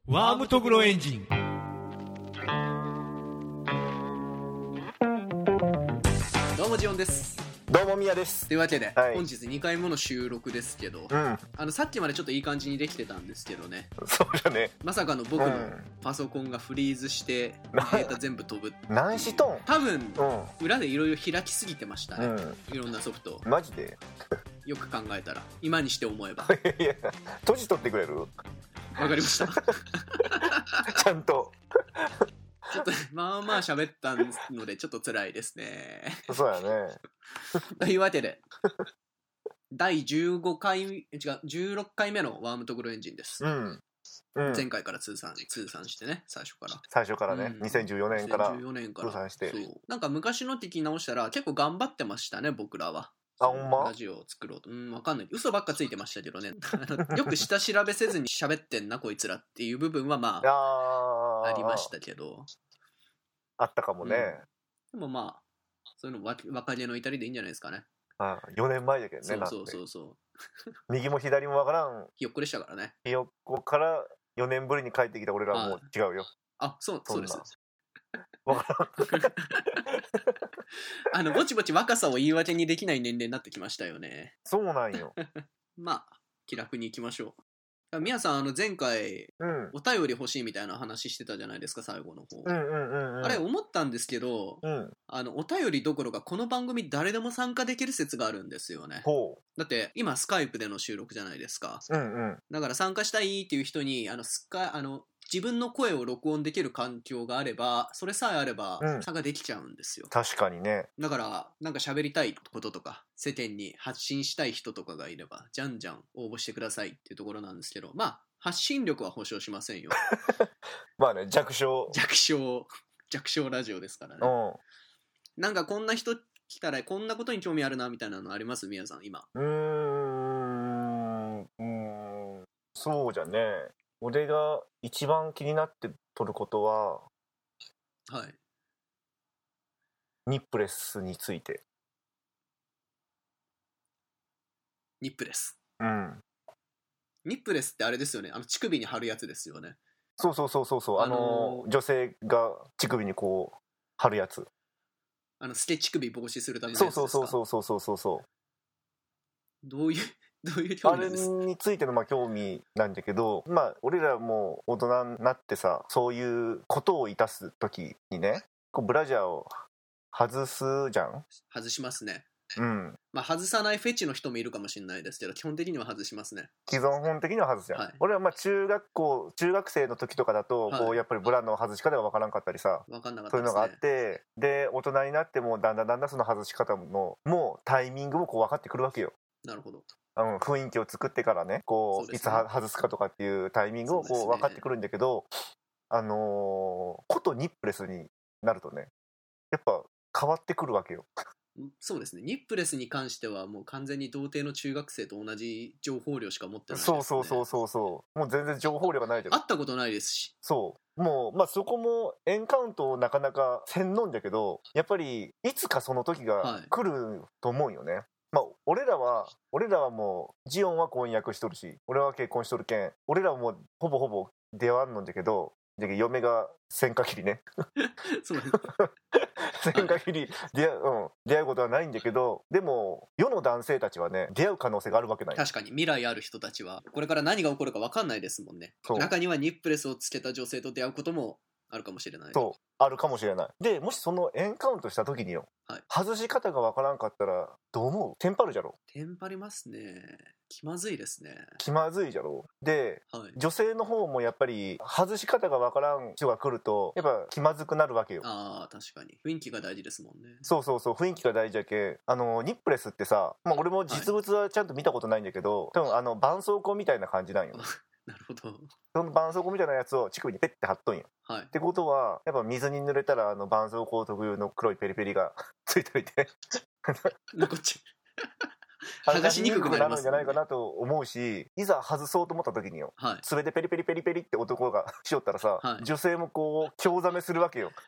ワームトグロエンジン。 どうもジオンです。 どうもみやです。 というわけで、 はい本日2回目の収録ですけど、さっきまでちょっといい感じにできてたんですけどね、 そうだね。 まさかの僕のパソコンがフリーズしてデータ全部飛ぶっていう。 何しとん。 多分裏でいろいろ開きすぎてましたね、いろんなソフトを。 マジでよく考えたら、今にして思えばいや閉じとってくれる。 わかりましたちゃんとちょっとまあまあ喋ったのでちょっと辛いですねそうやね。 というわけで第15回違う16回目のワームトグロエンジンです、前回から通算してね、最初からね、2014年から通算して。 そうなんか昔の聞き直したら結構頑張ってましたね、僕らは。 ほんま？ ラジオを作ろうと。わかんない。嘘ばっかついてましたけどね。よく下調べせずに喋ってんなこいつらっていう部分はまあありましたけど。 あったかもね。 でもまあそういうの若気の至りでいいんじゃないですかね。 4年前だけどね。 そう右も左もわからんひよっこでしたからね。 ひよっこから4年ぶりに帰ってきた俺らはもう違うよ。 そうです。 わからんぼちぼち若さを言い訳にできない年齢になってきましたよね。 そうなんよまあ気楽にいきましょう。みやさん前回、お便り欲しいみたいな話してたじゃないですか、最後の方。あれ思ったんですけど、お便りどころかこの番組誰でも参加できる説があるんですよね。だって今スカイプでの収録じゃないですか。だから参加したいっていう人に自分の声を録音できる環境があれば、それさえあれば参加できちゃうんですよ。 確かにね。 だからなんか喋りたいこととか世間に発信したい人とかがいればじゃんじゃん応募してくださいっていうところなんですけど、まあ発信力は保証しませんよまあね、弱小ラジオですからね。なんかこんな人来たらこんなことに興味あるなみたいなのあります？みやさん今。 そうじゃね。俺が一番気になってとることは、ニップレスについて。 ニップレス。ニップレスってあれですよね。乳首に貼るやつですよね。 そう。女性が乳首にこう貼るやつ。 スケ乳首防止するためのやつですか？ そう。どういう興味なんです？ あれについての興味なんだけど、俺らも大人になってさ、そういうことをいたす時にね、こうブラジャーを外すじゃん。 外しますね。外さないフェチの人もいるかもしれないですけど、基本的には外しますね。 既存本的には外すじゃん。俺は中学生の時とかだと、こうやっぱりブラの外し方が分からんかったりさ、そういうのがあって、で大人になってもだんだんその外し方のもうタイミングもこう分かってくるわけよ。 なるほど。 雰囲気を作ってからね、こういつ外すかとかっていうタイミングをこう分かってくるんだけど、ことニップレスになるとね、やっぱ変わってくるわけよ。 そうですね。ニップレスに関してはもう完全に童貞の中学生と同じ情報量しか持ってないですね。 そうもう全然情報量がないじゃん。 会ったことないですし。 もうそこもエンカウントをなかなかせんのんだけど、やっぱりいつかその時が来ると思うよね。俺らはもうジオンは婚約しとるし、俺は結婚しとるけん、俺らはもうほぼ出会わんのんだけど、嫁がせん限りねそうですせん限り出会うことはないんだけど、でも世の男性たちはね、出会う可能性があるわけない。 確かに未来ある人たちはこれから何が起こるか分かんないですもんね。中にはニップレスをつけた女性と出会うこともあるかもしれない。 あるかもしれない。でもしそのエンカウントした時によ、外し方がわからんかったらどう思う？テンパるじゃろ。 テンパりますね。気まずいですね。 気まずいじゃろ。で、女性の方もやっぱり外し方がわからん人が来るとやっぱ気まずくなるわけよ。 確かに雰囲気が大事ですもんね。 そう雰囲気が大事だけ。ニップレスってさ、俺も実物はちゃんと見たことないんだけど、多分絆創膏みたいな感じなんよなるほど。 その絆創膏みたいなやつを乳首にペッて貼っとんよ。ってことはやっぱ水に濡れたら絆創膏特有の黒いペリペリがついておいて残っちゃう剥がしにくくなりますもんね。 るんじゃないかなと思うし、いざ外そうと思った時によ、爪でペリペリって男がしよったらさ、女性もこう興ざめするわけよ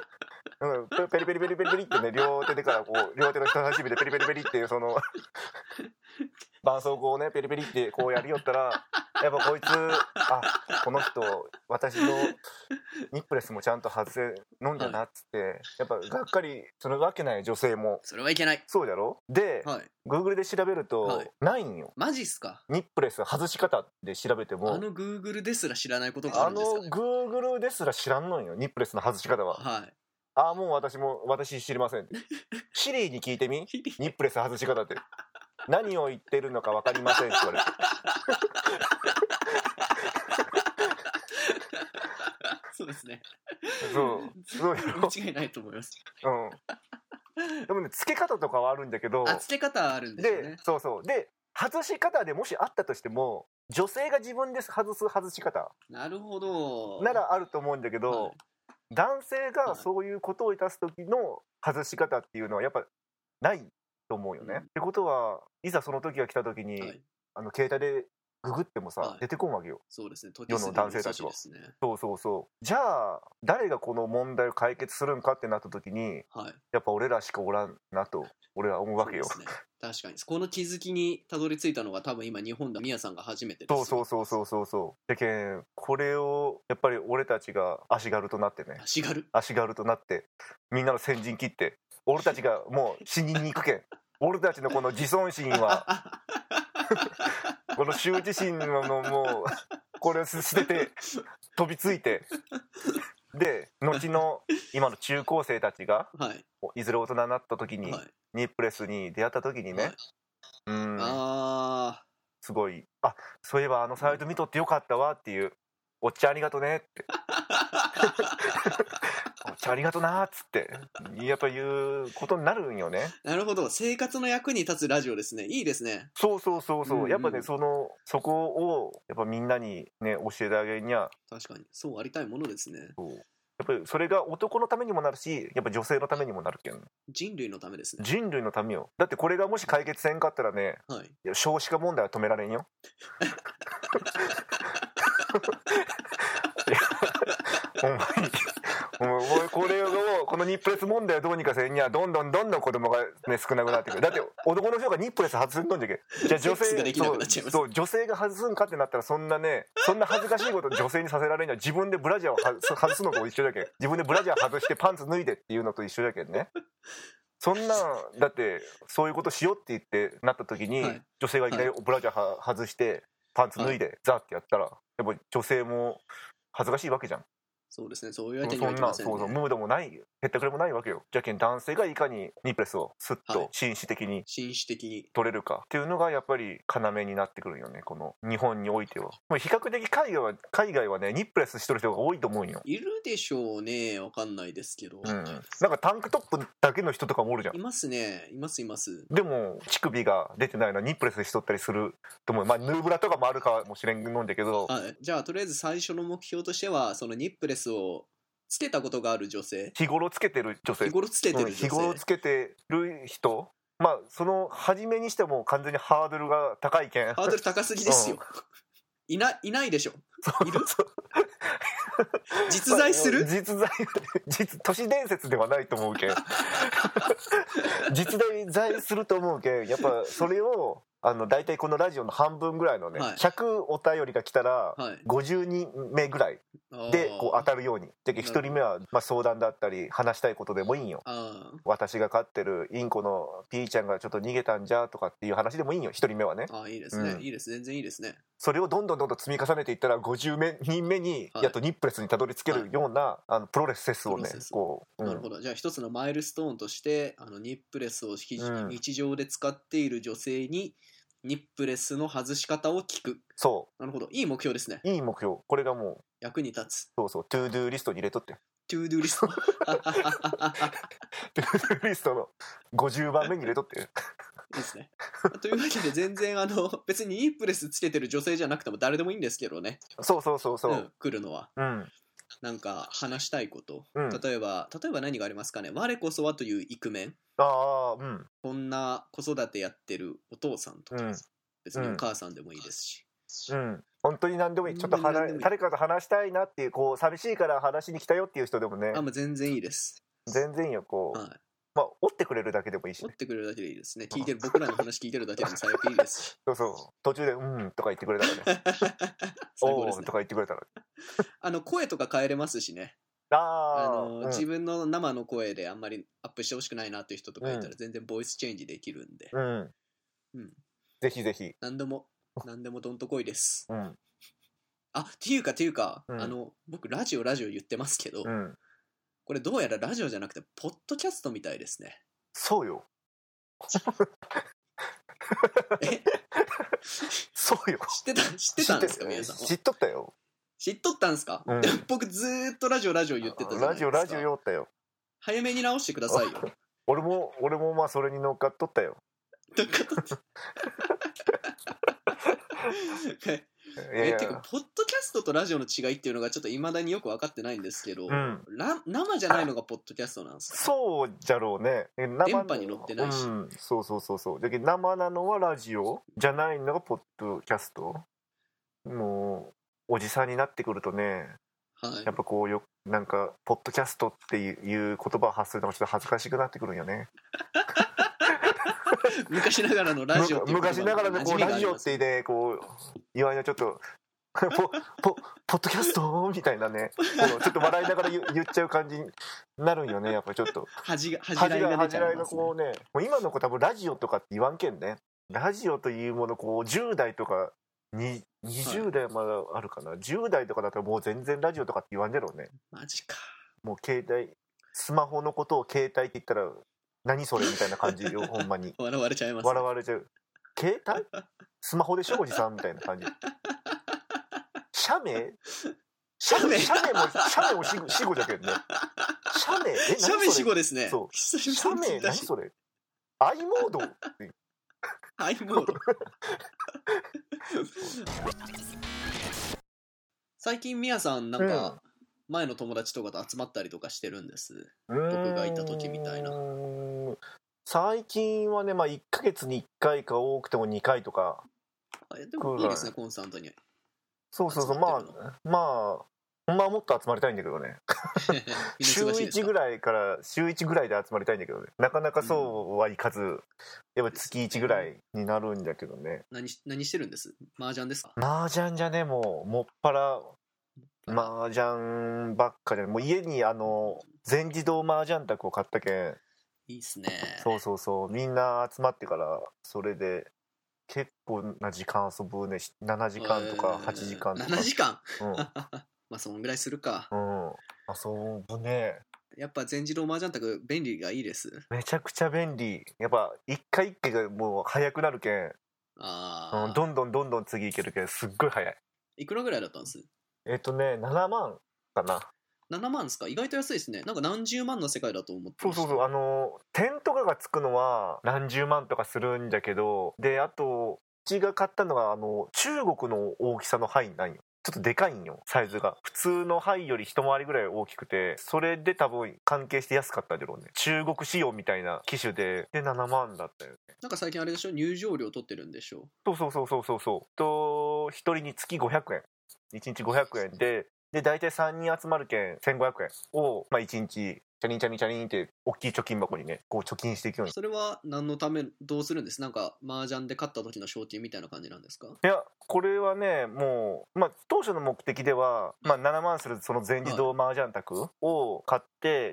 ペリペリってね、両手でからこう両手の人差し指でペリペリっていうその絆創膏をねペリペリってこうやりよったらやっぱこいつこの人私のニップレスもちゃんと外せ飲んだなっつって、やっぱがっかりするわけない女性も。 それはいけない。 そうだろ。で、Google で調べると、ないんよ。 マジっすか。 ニップレス外し方で調べても Google ですら知らないことがあるんですかね。 Google ですら知らんのよニップレスの外し方は。もう私知りませんってシリに聞いてみニップレス外し方って何を言ってるのか分かりませんって言われてそうですね。 そう間違いないと思います。 でもね付け方とかはあるんだけど、 付け方はあるんですよね。 で外し方でもしあったとしても女性が自分で外す外し方なるほどならあると思うんだけど、男性がそういうことをいたす時の外し方っていうのはやっぱないと思うよね。ってことはいざその時が来た時に、携帯でググってもさ、出てこんわけよ。 そうですね。 世の男性たちは。じゃあ誰がこの問題を解決するんかってなった時に、やっぱ俺らしかおらんなと俺は思うわけよ。 そうですね。確かにこの気づきにたどり着いたのが多分今日本で宮さんが初めてです。 そうでけんこれをやっぱり俺たちが足軽となってね、足軽となってみんなの先陣切って俺たちがもう死にに行くけん俺たちのこの自尊心はこの羞恥心のもうこれを捨てて飛びついてで後の今の中高生たちが、いずれ大人になった時に、ニップレスに出会った時にね、すごいそういえばあのサイト見とってよかったわっていうおっちゃんありがとねっておっちゃんありがとなっつってやっぱ言うことになるんよね。 なるほど。生活の役に立つラジオですね。いいですね。 そうやっぱねそこをやっぱみんなにね教えてあげるには確かにそうありたいものですね。 やっぱりそれが男のためにもなるしやっぱ女性のためにもなるけん人類のためですね。 人類のためよ。だってこれがもし解決せんかったらね、いや少子化問題は止められんよほんまにもうこのニップレス問題をどうにかせんにはどんどん子供が、ね、少なくなってくる。だって男の人がニップレス外すんのんじゃけじゃあ女性女性が外すんかってなったらそんな恥ずかしいこと女性にさせられんのは自分でブラジャーを外すのと一緒だけん。自分でブラジャー外してパンツ脱いでっていうのと一緒だけんね。そんなだってそういうことしようって言ってなった時に、女性がいきなりブラジャー外してパンツ脱いで、ザってやったらやっぱ女性も恥ずかしいわけじゃん。 そうですね。そういうわけにはいきませんね。 ムードもないへったくれもないわけよ。じゃけん男性がいかにニップレスをスッと紳士的に取れるかっていうのがやっぱり要になってくるよね。この日本においてはもう比較的海外はねニップレスしてる人が多いと思うんよ。 いるでしょうね。わかんないですけど、 なんかタンクトップだけの人とかもおるじゃん。 いますね。いますでも乳首が出てないのはニップレスしとったりすると思う。まあヌーブラとかもあるかもしれんのんだけど、 じゃあとりあえず最初の目標としてはそのニップレスをつけたことがある女性、 日頃つけてる女性、 日頃つけてる人、まあその初めにしても完全にハードルが高いけん。 ハードル高すぎですよ、いないでしょ。いる実在する、 都市伝説ではないと思うけん実在すると思うけんやっぱそれを大体このラジオの半分ぐらいのね、100お便りが来たら50人目ぐらいでこう当たるように。で1人目はまあ相談だったり話したいことでもいいんよ。私が飼ってるインコのピーちゃんがちょっと逃げたんじゃとかっていう話でもいいんよ1人目はね。 いいですね、いいです、全然いいですね。 それをどんどん積み重ねていったら50人目にやっとニップレスにたどり着けるようなプロセスをねこう、 なるほど。じゃあ一つのマイルストーンとしてニップレスを日常で使っている女性にニップレスの外し方を聞く。なるほど。いい目標ですね。 いい目標。これがもう役に立つ。 トゥードゥーリストに入れとって。 トゥードゥーリストトゥードゥーリストの50番目に入れとっていいですね。というわけで全然別にニップレスつけてる女性じゃなくても誰でもいいんですけどね。来るのは、なんか話したいこと、例えば何がありますかね。我こそはというイクメン、こんな子育てやってるお父さんとか、別にお母さんでもいいですし、 本当に何でもいい。ちょっと誰かと話したいなっていう、こう寂しいから話しに来たよっていう人でもね、 もう全然いいです。 全然いいよ。こう、まあおっってくれるだけでもいいし、 折ってくれるだけでいいですね。僕らの話聞いてるだけでも最悪いいですし。 そうそう、途中でとか言ってくれたらねおーとか言ってくれたら声とか変えれますしね。自分の生の声であんまりアップしてほしくないなっていう人とかいたら全然ボイスチェンジできるんで、 ぜひぜひ何でもどんとこいです。っていうか、僕ラジオ言ってますけど、これどうやらラジオじゃなくてポッドキャストみたいですね。 そうよそうよ。 知ってたんですか皆さん。 知っとったよ。 知っとったんですか、僕ずーっとラジオ言ってたじゃないですか。 ラジオよったよ。 早めに直してくださいよ。 俺もまあそれに乗っかっとったよ。 乗っかっとった結構ポッドキャストとラジオの違いっていうのがちょっといまだによく分かってないんですけど、生じゃないのがポッドキャストなんですか？ そうじゃろうね。 電波に乗ってないし、 そうだけど生なのはラジオじゃないのがポッドキャスト。もうおじさんになってくるとね、やっぱこうなんかポッドキャストっていう言葉を発するのがちょっと恥ずかしくなってくるんよね昔ながらのラジオっていう昔ながらのこうラジオってね、こう言われのちょっとポッドキャストみたいなね、ちょっと笑いながら言っちゃう感じになるんよね。やっぱりちょっと恥じらいが出ちゃいますね。 こうね、もう今の子多分ラジオとかって言わんけんね。ラジオというものこう10代とか20代まだあるかな、10代とかだったらもう全然ラジオとかって言わんじゃろうね。 マジか。 もう携帯スマホのことを携帯って言ったら何それみたいな感じよほんまに笑われちゃいます、 笑われちゃう。携帯スマホでしょおじさんみたいな感じ。写メも死後じゃけんね。 写メ死後ですね。 そう写メ何それ i モード i モード最近みやさんなんか前の友達とかと集まったりとかしてるんです。僕がいた時みたいな。 最近はね、まあ1ヶ月に1回か多くても2回とか。 でもいいですね、コンスタントに。 そうまあもっと集まりたいんだけどね週1ぐらいで集まりたいんだけどね、なかなかそうはいかず、やっぱ月1ぐらいになるんだけどね。 何してるんです？麻雀ですか？ 麻雀じゃね、もっぱら麻雀ばっかで、もう家に全自動麻雀卓を買ったけん。 いいっすね。 そうみんな集まってからそれで結構な時間遊ぶね。7時間とか8時間とか。 7時間まあそんぐらいするか。 遊ぶね。 やっぱ全自動麻雀卓便利がいいです。 めちゃくちゃ便利。やっぱ一回一回がもう早くなるけん、どんどん次いけるけんすっごい早い。 いくらぐらいだったんです？ 7万かな。 7万ですか？意外と安いですね。なんか何十万の世界だと思ってました。 そう点とかがつくのは何十万とかするんだけど、であとうちが買ったのが中国の大きさの牌なんよ。ちょっとでかいんよ、サイズが。普通の牌より一回りぐらい大きくて、それで多分関係して安かったんだろうね。中国仕様みたいな機種で7万だったよね。 なんか最近あれでしょ、入場料取ってるんでしょ。 そう1人につき500円、1日500円で大体3人集まるけん1500円を、まあ、1日チャリンチャリンチャリンって大きい貯金箱にねこう貯金していくように。 それは何のため、どうするんです？なんか麻雀で勝った時の賞金みたいな感じなんですか？ いや、これはねもう、まあ、当初の目的では、まあ、7万するその全自動麻雀卓を買って、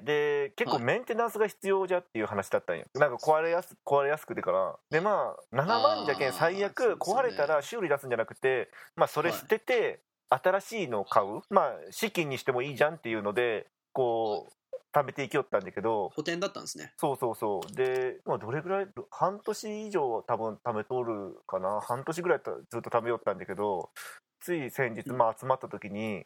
で結構メンテナンスが必要じゃっていう話だったんよ。なんか壊れやすくてからで、まあ7万じゃけん最悪壊れたら修理出すんじゃなくて、まあ、それ捨てて新しいのを買う、まあ資金にしてもいいじゃんっていうのでこう貯めていきよったんだけど。 補填だったんですね。 そうで、まあ、どれぐらい半年以上多分貯めとるかな。半年ぐらいずっと貯めよったんだけど、つい先日、まあ、集まった時に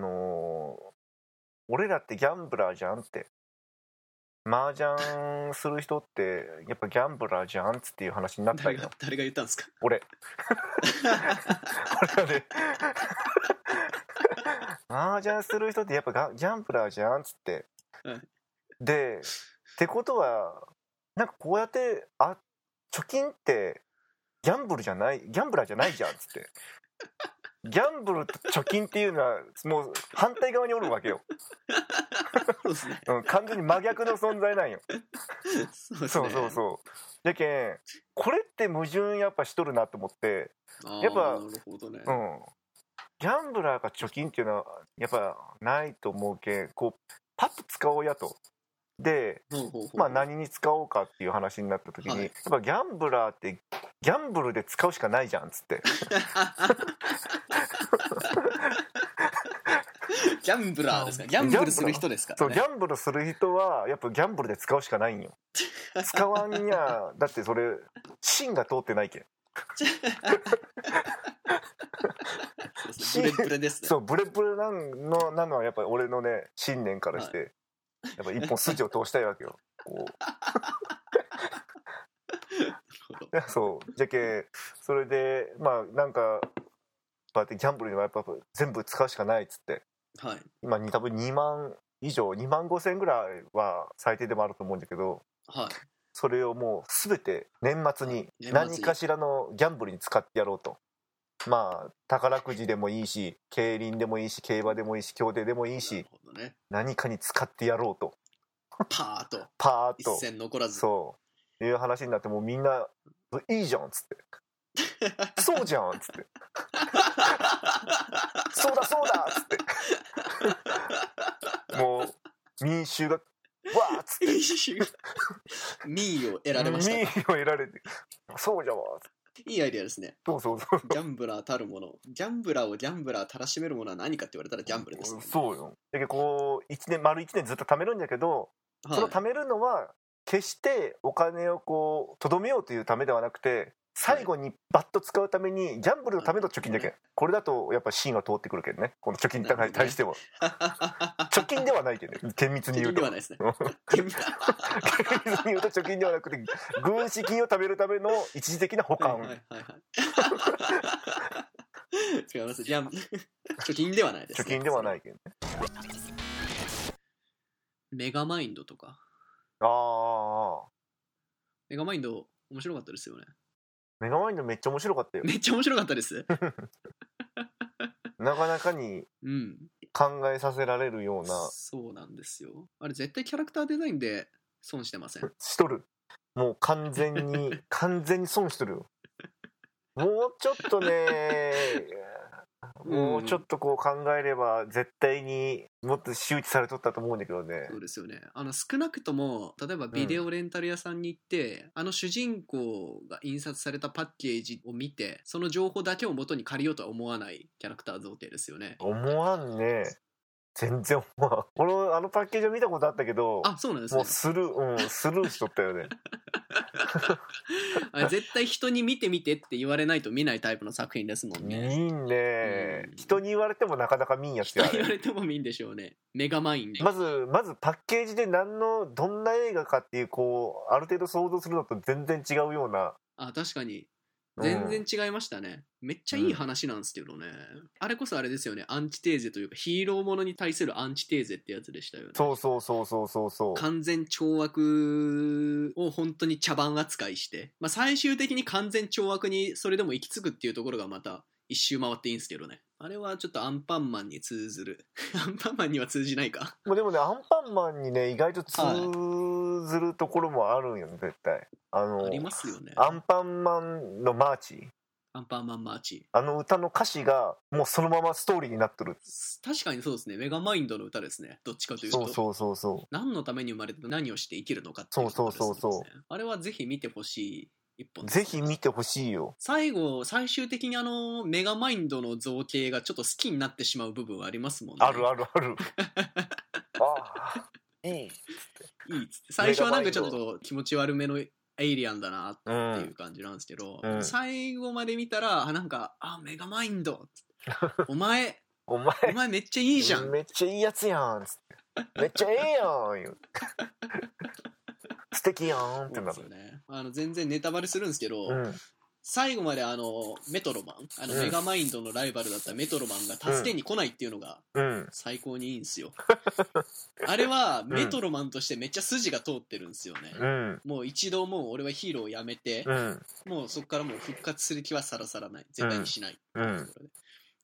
俺らってギャンブラーじゃんって、麻雀する人ってやっぱギャンブラーじゃんっていう話になったんよ。 誰が言ったんですか？ 俺がね麻雀する人ってやっぱギャンブラーじゃんっつって、でってことはなんかこうやって貯金ってギャンブラーじゃないじゃんっつってギャンブルと貯金っていうのはもう反対側におるわけよ。 そうですね、 完全に真逆の存在なんよ。 そうですね。 そうだけんこれって矛盾やっぱしとるなと思って、やっぱなるほどね、 ギャンブラーが貯金っていうのはやっぱないと思うけん、こうパッと使おうやと。で、まあ何に使おうかっていう話になった時に、やっぱギャンブラーってギャンブルで使うしかないじゃんっつって。 ギャンブラーですか？ギャンブルする人ですからね。 そう、ギャンブルする人はやっぱギャンブルで使うしかないんよ。使わんにゃだってそれ芯が通ってないけん。 ブレブレですね。 そう、ブレブレなのはやっぱり俺のね信念からして、やっぱ一本筋を通したいわけよ。こうそうじゃけそれでまあなんかこうやってギャンブルにはやっぱ全部使うしかないっつって、今多分2万以上2万5千ぐらいは最低でもあると思うんだけど、それをもう全て年末に何かしらのギャンブルに使ってやろうと。まあ宝くじでもいいし競輪でもいいし競馬でもいいし競艇でもいいし、何かに使ってやろうと。 パーッと一銭残らず、 そういう話になって、もうみんないいじゃんっつってそうじゃんっつってそうだっつってもう民衆がわーっつって民意を得られました。 民意を得られて、そうじゃわーっつって。 いいアイデアですね。 そうギャンブラーたるもの、ギャンブラーをギャンブラーたらしめるものは何かって言われたらギャンブルですね。 そうよ。だけどこう丸1年ずっと貯めるんだけど、その貯めるのは決してお金をこうとどめようというためではなくて、最後にバッと使うためにギャンブルのための貯金だけん。これだとやっぱ芯は通ってくるけどね、この貯金に対しては。貯金ではないけどね、厳密に言うと。厳密に言うと貯金ではなくて軍資金を貯めるための一時的な保管。 違います。貯金ではないですね。 貯金ではないけどね。 メガマインドとか。メガマインド面白かったですよね。 メガマインドめっちゃ面白かったよ。 めっちゃ面白かったです。 なかなかに考えさせられるような、 そうなんですよ。あれ絶対キャラクターデザインで損してません？ しとる。もう完全に損しとるよ。もうちょっとねもうちょっとこう考えれば絶対にもっと周知されとったと思うんだけどね。 そうですよね。少なくとも例えばビデオレンタル屋さんに行って、主人公が印刷されたパッケージを見てその情報だけを元に借りようとは思わないキャラクター造形ですよね。 思わんね。全然思わん。俺パッケージを見たことあったけど、 そうなんですね。 もうスルーしとったよね。 絶対人に見てみてって言われないと見ないタイプの作品ですもんね。 いいね、人に言われてもなかなか見んやつや。 人に言われても見んでしょうね。メガマインド。 まずパッケージでどんな映画かっていうこうある程度想像するのと全然違うような。 確かに全然違いましたね。めっちゃいい話なんですけどね。あれこそあれですよね。アンチテーゼというかヒーローものに対するアンチテーゼってやつでしたよね。 そう完全懲悪を本当に茶番扱いして、最終的に完全懲悪にそれでも行き着くっていうところがまた一周回っていいんですけどね。あれはちょっとアンパンマンに通ずるアンパンマンには通じないか。 でもね、アンパンマンにね意外と通ずるところもあるんよね、絶対。ありますよね。 アンパンマンのマーチ、 アンパンマンマーチ、 歌の歌詞がもうそのままストーリーになってる。 確かにそうですね。メガマインドの歌ですね。どっちかというと。 そう何のために生まれて何をして生きるのかっていう、あれはぜひ見てほしい一本ですね。ぜひ見てほしいよ。最終的にメガマインドの造形がちょっと好きになってしまう部分はありますもんね。あるいいっつって最初はなんかちょっと気持ち悪めのエイリアンだなっていう感じなんですけど、最後まで見たらなんかメガマインドお前めっちゃいいじゃん、めっちゃいいやつやんつってめっちゃええやん素敵やんってなるよね。全然ネタバレするんですけど、最後までメトロマンメガマインドのライバルだったメトロマンが助けに来ないっていうのが最高にいいんですよ。あれはメトロマンとしてめっちゃ筋が通ってるんですよね。もう一度もう俺はヒーローをやめて、もうそこからもう復活する気はさらさらない、絶対にしない、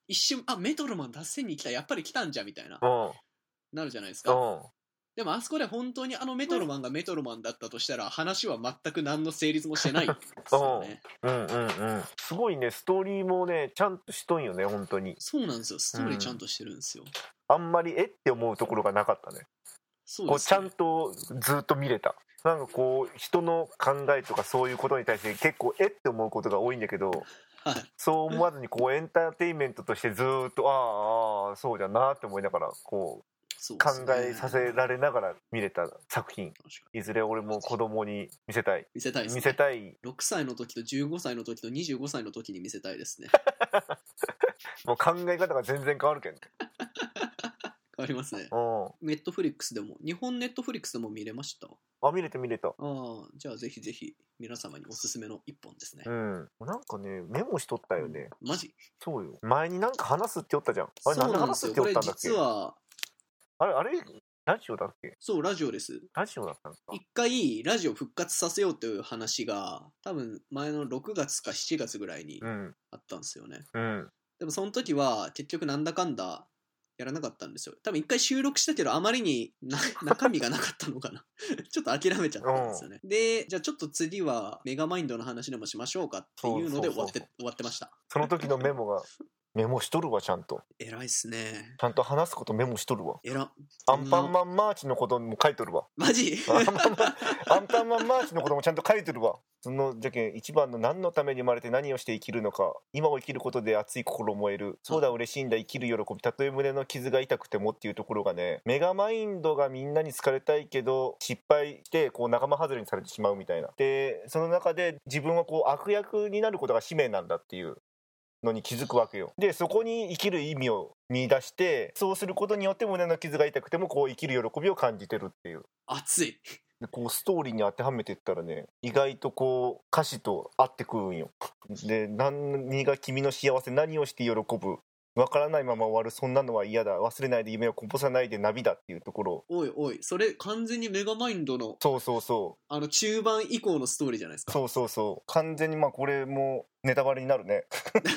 一瞬メトロマン達成に来た、やっぱり来たんじゃみたいな、なるじゃないですか。でもあそこで本当にメトロマンがメトロマンだったとしたら話は全く何の成立もしてないですよね。 すごいね、ストーリーもねちゃんとしとんよね、本当に。 そうなんですよ、ストーリーちゃんとしてるんですよ。 あんまりって思うところがなかったね。 そうですね、 こうちゃんとずっと見れた。なんかこう人の考えとかそういうことに対して結構って思うことが多いんだけど、 はい、 そう思わずにこうエンターテインメントとしてずっとそうだなって思いながらこう考えさせられながら見れた作品。いずれ俺も子供に見せたい。 見せたいですね。 見せたい。 6歳の時と15歳の時と25歳の時に見せたいですね。 もう考え方が全然変わるけんね。 変わりますね。ネットフリックスでも、日本ネットフリックスでも見れました？ 見れた。 じゃあぜひぜひ皆様におすすめの一本ですね。 なんかねメモしとったよね。 マジ？ そうよ。前になんか話すって言ったじゃん。あれ何で話すって言ったんだっけ？ 実はあれラジオだっけ？ そう、ラジオです。 ラジオだったんですか？ 一回ラジオ復活させようという話が多分前の6月か7月ぐらいにあったんですよね。でもその時は結局なんだかんだやらなかったんですよ。多分一回収録したけどあまりに中身がなかったのかなちょっと諦めちゃったんですよね。で、じゃあちょっと次はメガマインドの話でもしましょうかっていうので終わってました。 その時のメモがメモしとるわ、ちゃんと。 偉いっすね。 ちゃんと話すことメモしとるわ。 偉。 アンパンマンマーチのことも書いとるわ。 マジアンパンマンマーチのこともちゃんと書いてるわ。そのじゃけん一番の何のために生まれて何をして生きるのか、今を生きることで熱い心燃える、そうだ嬉しいんだ生きる喜び、たとえ胸の傷が痛くてもっていうところがね、メガマインドがみんなに好かれたいけど失敗してこう仲間外れにされてしまうみたいな。でその中で自分はこう悪役になることが使命なんだっていうのに気づくわけよ。でそこに生きる意味を見出して、そうすることによって胸の傷が痛くてもこう生きる喜びを感じてるっていう。 熱い。 でこうストーリーに当てはめていったらね、意外とこう歌詞と合ってくるんよ。で何が君の幸せ、何をして喜ぶ、わからないまま終わる、そんなのは嫌だ、忘れないで夢をこぼさないでナビだっていうところ。 おいおい、それ完全にメガマインドのそう中盤以降のストーリーじゃないですか。 そう完全にこれもネタバレになるね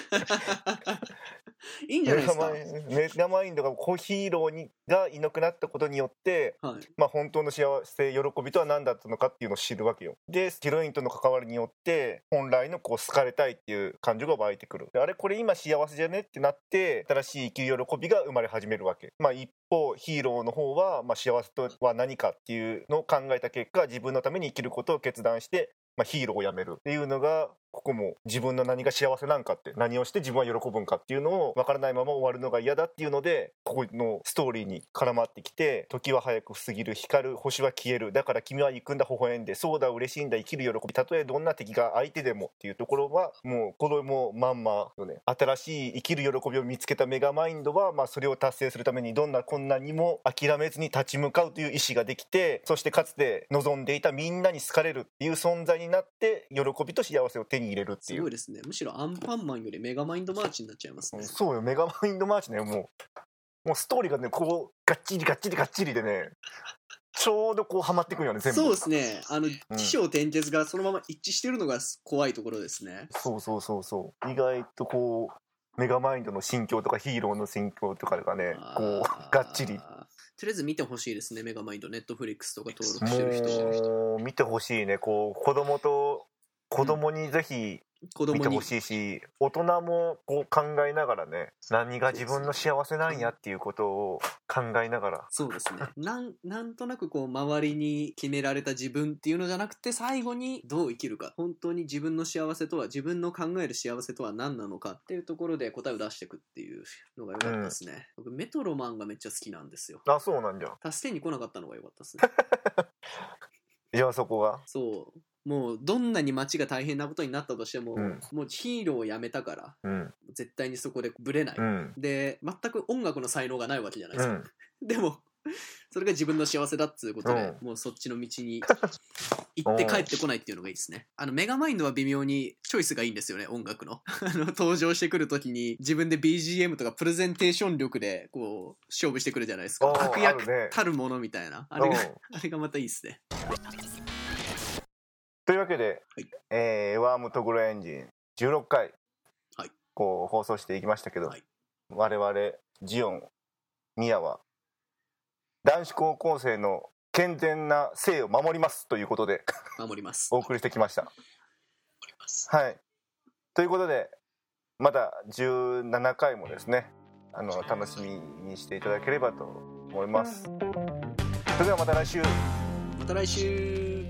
いいんじゃないですか。 メガマインドがヒーローがいなくなったことによって、本当の幸せ喜びとは何だったのかっていうのを知るわけよ。でヒロインとの関わりによって本来のこう好かれたいっていう感情が湧いてくる。であれこれ今幸せじゃねってなって新しい生きる喜びが生まれ始めるわけ。一方ヒーローの方は、幸せとは何かっていうのを考えた結果、自分のために生きることを決断してヒーローを辞めるっていうのが、ここも自分の何が幸せなんかって、何をして自分は喜ぶんかっていうのを分からないまま終わるのが嫌だっていうので、ここのストーリーに絡まってきて、時は早く過ぎる、光る星は消える、だから君は行くんだ微笑んで、そうだ嬉しいんだ生きる喜び、たとえどんな敵が相手でもっていうところはもうこれもまんまよね。新しい生きる喜びを見つけたメガマインドは、それを達成するためにどんな困難にも諦めずに立ち向かうという意志ができて、そしてかつて望んでいたみんなに好かれるっていう存在になって喜びと幸せを手に入れるっていう。 すごいですね。むしろアンパンマンよりメガマインドマーチになっちゃいますね。 そうよ、メガマインドマーチね。もうストーリーがねこうガッチリでね、ちょうどこうハマってくるよね全部。 そうですね。起承転結がそのまま一致してるのが怖いところですね。 そう意外とこうメガマインドの心境とかヒーローの心境とかがねこうガッチリ。 とりあえず見てほしいですね。メガマインドネットフリックスとか登録してる人もう見てほしいね。こう子供にぜひ見てほしいし、大人もこう考えながらね、何が自分の幸せなんやっていうことを考えながら。 そうですね。なんとなくこう周りに決められた自分っていうのじゃなくて、最後にどう生きるか、本当に自分の幸せとは、自分の考える幸せとは何なのかっていうところで答えを出していくっていうのが良かったですね。僕メトロマンがめっちゃ好きなんですよ。 あ、そうなんじゃ。 助けに来なかったのが良かったですね。 いや、そこがそうもうどんなに街が大変なことになったとしても、もうヒーローをやめたから、絶対にそこでブレない、で全く音楽の才能がないわけじゃないですか、でもそれが自分の幸せだっつうことで、もうそっちの道に行って帰ってこないっていうのがいいですね。メガマインドは微妙にチョイスがいいんですよね、音楽の登場してくる時に自分で BGM とかプレゼンテーション力でこう勝負してくるじゃないですか。悪役たるものみたいな、あれがまたいいですね。 というわけで、ワームトグロエンジン16回、こう放送していきましたけど、 我々ジオンミヤは男子高校生の健全な性を守りますということで守りますお送りしてきました。はい、ということでまた17回もですね楽しみにしていただければと思います。それではまた来週。